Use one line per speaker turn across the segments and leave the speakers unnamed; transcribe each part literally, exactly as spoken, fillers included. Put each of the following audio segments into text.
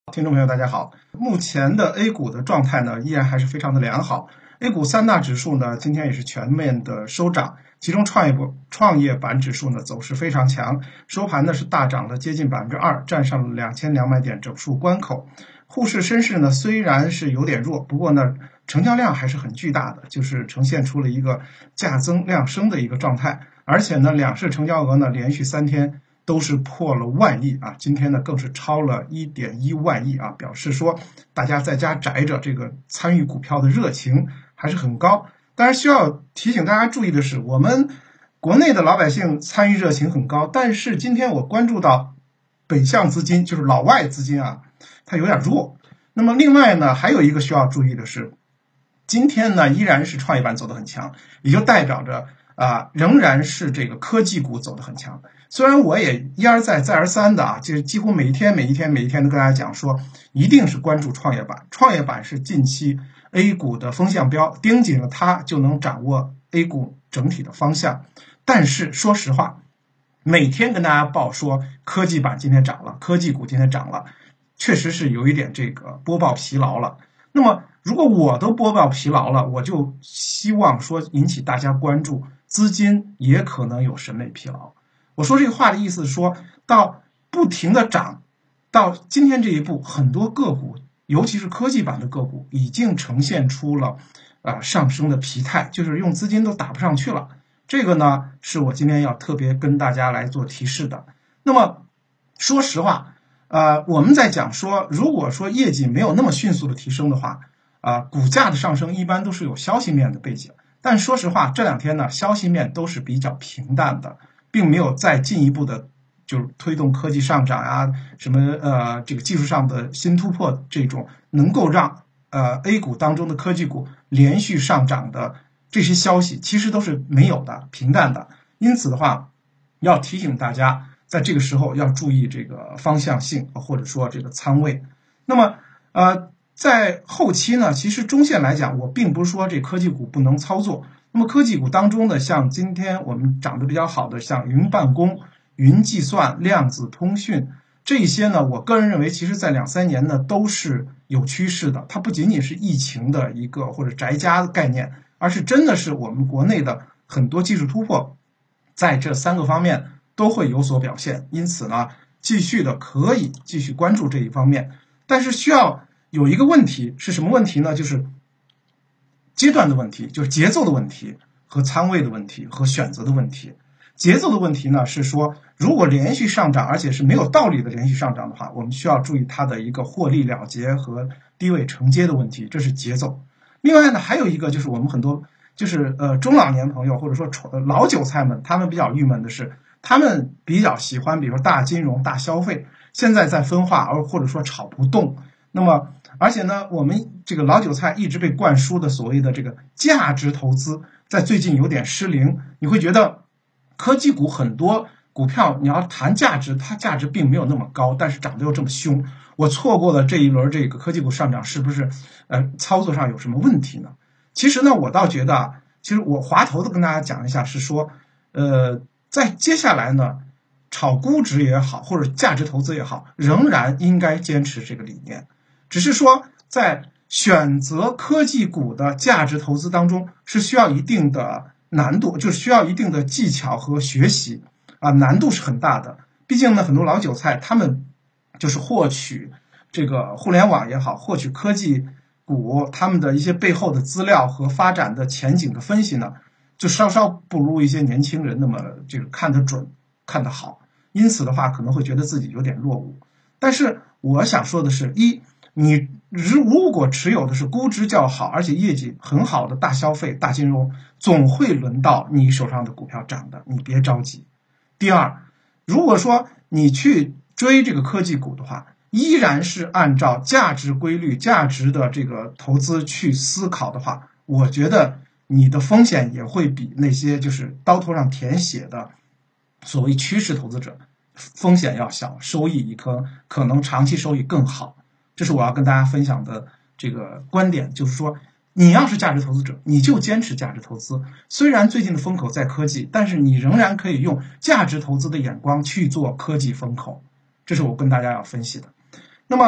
听众朋友大家好，目前的 A 股的状态呢依然还是非常的良好。A 股三大指数呢今天也是全面的收涨，其中创业板创业板指数呢走势非常强，收盘呢是大涨了接近百分之二，站上了两千两百点整数关口。沪市深市呢虽然是有点弱，不过呢成交量还是很巨大的，就是呈现出了一个价增量升的一个状态，而且呢两市成交额呢连续三天都是破了万亿啊，今天呢更是超了 一点一万亿啊，表示说大家在家宅着，这个参与股票的热情还是很高。当然需要提醒大家注意的是，我们国内的老百姓参与热情很高，但是今天我关注到北向资金，就是老外资金啊，它有点弱。那么另外呢，还有一个需要注意的是，今天呢依然是创业板走得很强，也就代表着啊，仍然是这个科技股走得很强。虽然我也一而再再而三的啊，就是几乎每一天每一天每一天都跟大家讲说，一定是关注创业板，创业板是近期 A 股的风向标，盯紧了它就能掌握 A 股整体的方向。但是说实话，每天跟大家报说科技板今天涨了，科技股今天涨了，确实是有一点这个播报疲劳了。那么如果我都播报疲劳了，我就希望说引起大家关注，资金也可能有审美疲劳。我说这个话的意思是说，到不停的涨，到今天这一步，很多个股，尤其是科技板的个股，已经呈现出了啊、呃、上升的疲态，就是用资金都打不上去了。这个呢，是我今天要特别跟大家来做提示的。那么说实话，呃，我们在讲说，如果说业绩没有那么迅速的提升的话，啊、呃，股价的上升一般都是有消息面的背景。但说实话，这两天呢，消息面都是比较平淡的，并没有再进一步的，就是推动科技上涨啊，什么呃这个技术上的新突破，这种能够让呃 A 股当中的科技股连续上涨的这些消息，其实都是没有的，平淡的。因此的话，要提醒大家，在这个时候要注意这个方向性，或者说这个仓位。那么呃。在后期呢，其实中线来讲，我并不是说这科技股不能操作。那么科技股当中呢，像今天我们涨得比较好的，像云办公、云计算、量子通讯这些呢，我个人认为，其实在两三年呢都是有趋势的。它不仅仅是疫情的一个或者宅家的概念，而是真的是我们国内的很多技术突破，在这三个方面都会有所表现。因此呢，继续的可以继续关注这一方面，但是需要有一个问题是什么问题呢？就是阶段的问题，就是节奏的问题和仓位的问题和选择的问题。节奏的问题呢是说，如果连续上涨，而且是没有道理的连续上涨的话，我们需要注意它的一个获利了结和低位承接的问题，这是节奏。另外呢，还有一个就是我们很多就是呃中老年朋友或者说老韭菜们，他们比较郁闷的是，他们比较喜欢比如说大金融、大消费，现在在分化，而或者说炒不动。那么而且呢，我们这个老韭菜一直被灌输的所谓的这个价值投资，在最近有点失灵。你会觉得科技股很多股票，你要谈价值，它价值并没有那么高，但是涨得又这么凶。我错过了这一轮这个科技股上涨，是不是呃操作上有什么问题呢？其实呢，我倒觉得啊，其实我滑头的跟大家讲一下，是说，呃，在接下来呢，炒估值也好，或者价值投资也好，仍然应该坚持这个理念。只是说，在选择科技股的价值投资当中，是需要一定的难度，就是需要一定的技巧和学习啊，难度是很大的。毕竟呢，很多老韭菜他们就是获取这个互联网也好，获取科技股他们的一些背后的资料和发展的前景的分析呢，就稍稍不如一些年轻人那么这个看得准、看得好。因此的话，可能会觉得自己有点落伍。但是我想说的是，一你如果持有的是估值较好而且业绩很好的大消费、大金融，总会轮到你手上的股票涨的，你别着急。第二，如果说你去追这个科技股的话，依然是按照价值规律、价值的这个投资去思考的话，我觉得你的风险也会比那些就是刀头上舔血的所谓趋势投资者风险要小，收益一可可能长期收益更好。这是我要跟大家分享的这个观点，就是说，你要是价值投资者，你就坚持价值投资。虽然最近的风口在科技，但是你仍然可以用价值投资的眼光去做科技风口。这是我跟大家要分析的。那么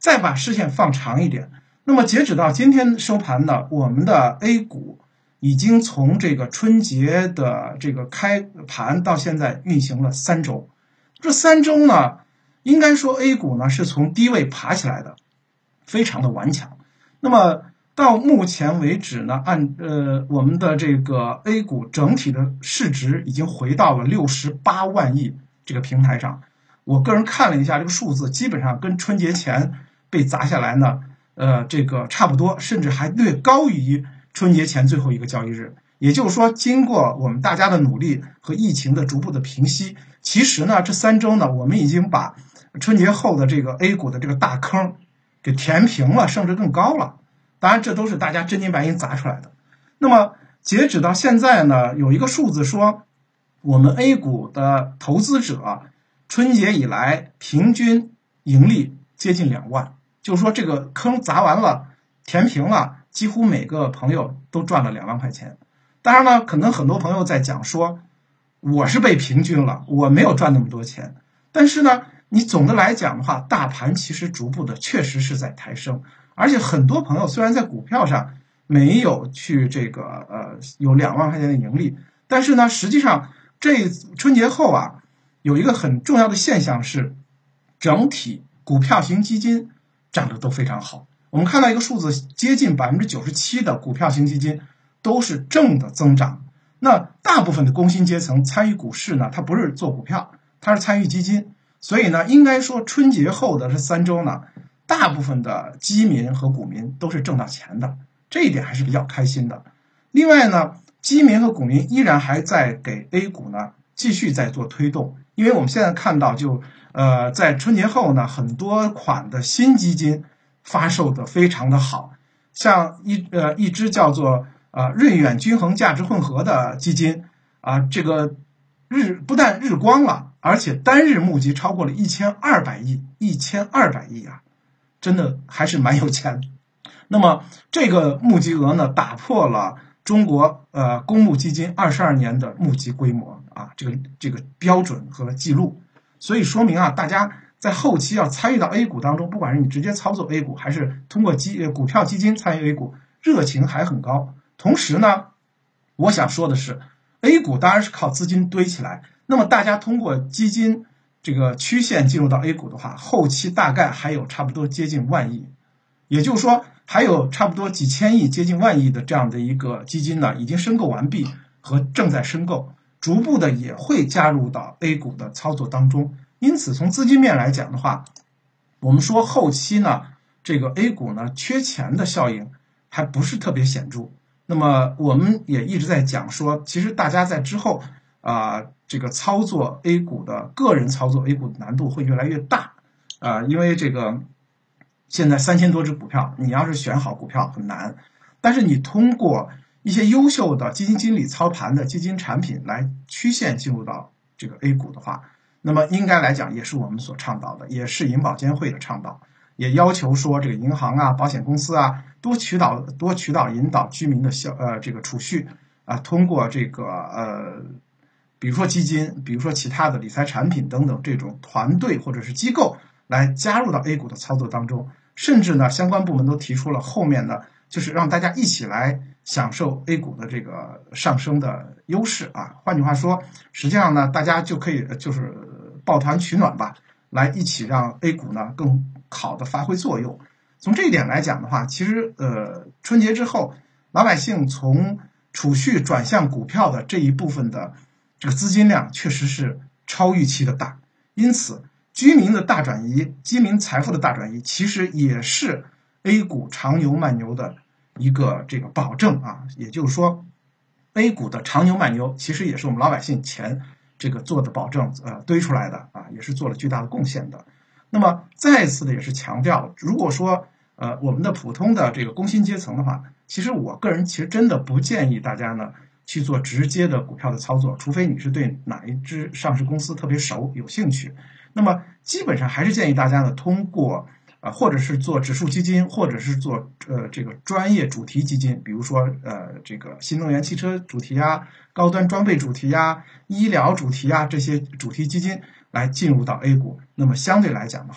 再把视线放长一点，那么截止到今天收盘呢，我们的 A 股已经从这个春节的这个开盘到现在运行了三周，这三周呢，应该说 A 股呢是从低位爬起来的，非常的顽强。那么到目前为止呢，按呃我们的这个 A 股整体的市值已经回到了六十八万亿这个平台上。我个人看了一下这个数字，基本上跟春节前被砸下来呢，呃，这个差不多，甚至还略高于春节前最后一个交易日。也就是说，经过我们大家的努力和疫情的逐步的平息，其实呢，这三周呢，我们已经把春节后的这个 A 股的这个大坑给填平了，甚至更高了。当然，这都是大家真金白银砸出来的。那么，截止到现在呢，有一个数字说，我们 A 股的投资者春节以来平均盈利接近两万，就是说这个坑砸完了，填平了，几乎每个朋友都赚了两万块钱。当然了，可能很多朋友在讲说，我是被平均了，我没有赚那么多钱。但是呢，你总的来讲的话，大盘其实逐步的确实是在抬升。而且很多朋友虽然在股票上没有去这个呃有两万块钱的盈利，但是呢，实际上这春节后啊，有一个很重要的现象是，整体股票型基金涨得都非常好。我们看到一个数字，接近百分之九十七的股票型基金都是正的增长。那大部分的工薪阶层参与股市呢，它不是做股票，它是参与基金。所以呢，应该说春节后的这三周呢，大部分的基民和股民都是挣到钱的，这一点还是比较开心的。另外呢，基民和股民依然还在给 A 股呢继续在做推动，因为我们现在看到就呃在春节后呢，很多款的新基金发售的非常的好，像一呃一只叫做呃润远均衡价值混合的基金啊，这个日不但日光了，而且单日募集超过了一千二百亿，一千二百亿啊！真的还是蛮有钱的。那么这个募集额呢，打破了中国呃公募基金二十二年的募集规模啊，这个这个标准和记录。所以说明啊，大家在后期要参与到 A 股当中，不管是你直接操作 A 股，还是通过基股票基金参与 A 股，热情还很高。同时呢，我想说的是 ，A 股当然是靠资金堆起来，那么大家通过基金这个曲线进入到 A 股的话，后期大概还有差不多接近万亿，也就是说还有差不多几千亿、接近万亿的这样的一个基金呢，已经申购完毕和正在申购，逐步的也会加入到 A 股的操作当中。因此，从资金面来讲的话，我们说后期呢，这个 A 股呢缺钱的效应还不是特别显著。那么我们也一直在讲说，其实大家在之后啊、呃，这个操作 A 股的个人操作 A 股的难度会越来越大啊、呃，因为这个现在三千多只股票，你要是选好股票很难，但是你通过一些优秀的基金经理操盘的基金产品来曲线进入到这个 A 股的话，那么应该来讲也是我们所倡导的，也是银保监会的倡导，也要求说这个银行啊、保险公司啊多渠道多渠道引导居民的消呃这个储蓄啊，通过这个呃比如说基金，比如说其他的理财产品等等这种团队或者是机构来加入到 A 股的操作当中，甚至呢相关部门都提出了后面呢就是让大家一起来享受 A 股的这个上升的优势啊。换句话说，实际上呢大家就可以就是抱团取暖吧，来一起让 A 股呢更好的发挥作用。从这一点来讲的话，其实呃春节之后，老百姓从储蓄转向股票的这一部分的这个资金量确实是超预期的大，因此居民的大转移、基民财富的大转移，其实也是 A 股长牛慢牛的一个这个保证啊。也就是说 ，A 股的长牛慢牛，其实也是我们老百姓钱这个做的保证，呃，堆出来的啊，也是做了巨大的贡献的。那么再一次的也是强调，如果说呃我们的普通的这个工薪阶层的话，其实我个人其实真的不建议大家呢去做直接的股票的操作，除非你是对哪一只上市公司特别熟有兴趣。那么基本上还是建议大家呢通过呃或者是做指数基金，或者是做呃这个专业主题基金，比如说呃这个新能源汽车主题啊、高端装备主题啊、医疗主题啊这些主题基金来进入到 A 股。那么相对来讲的话，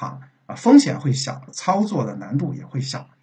啊，风险会小，操作的难度也会小。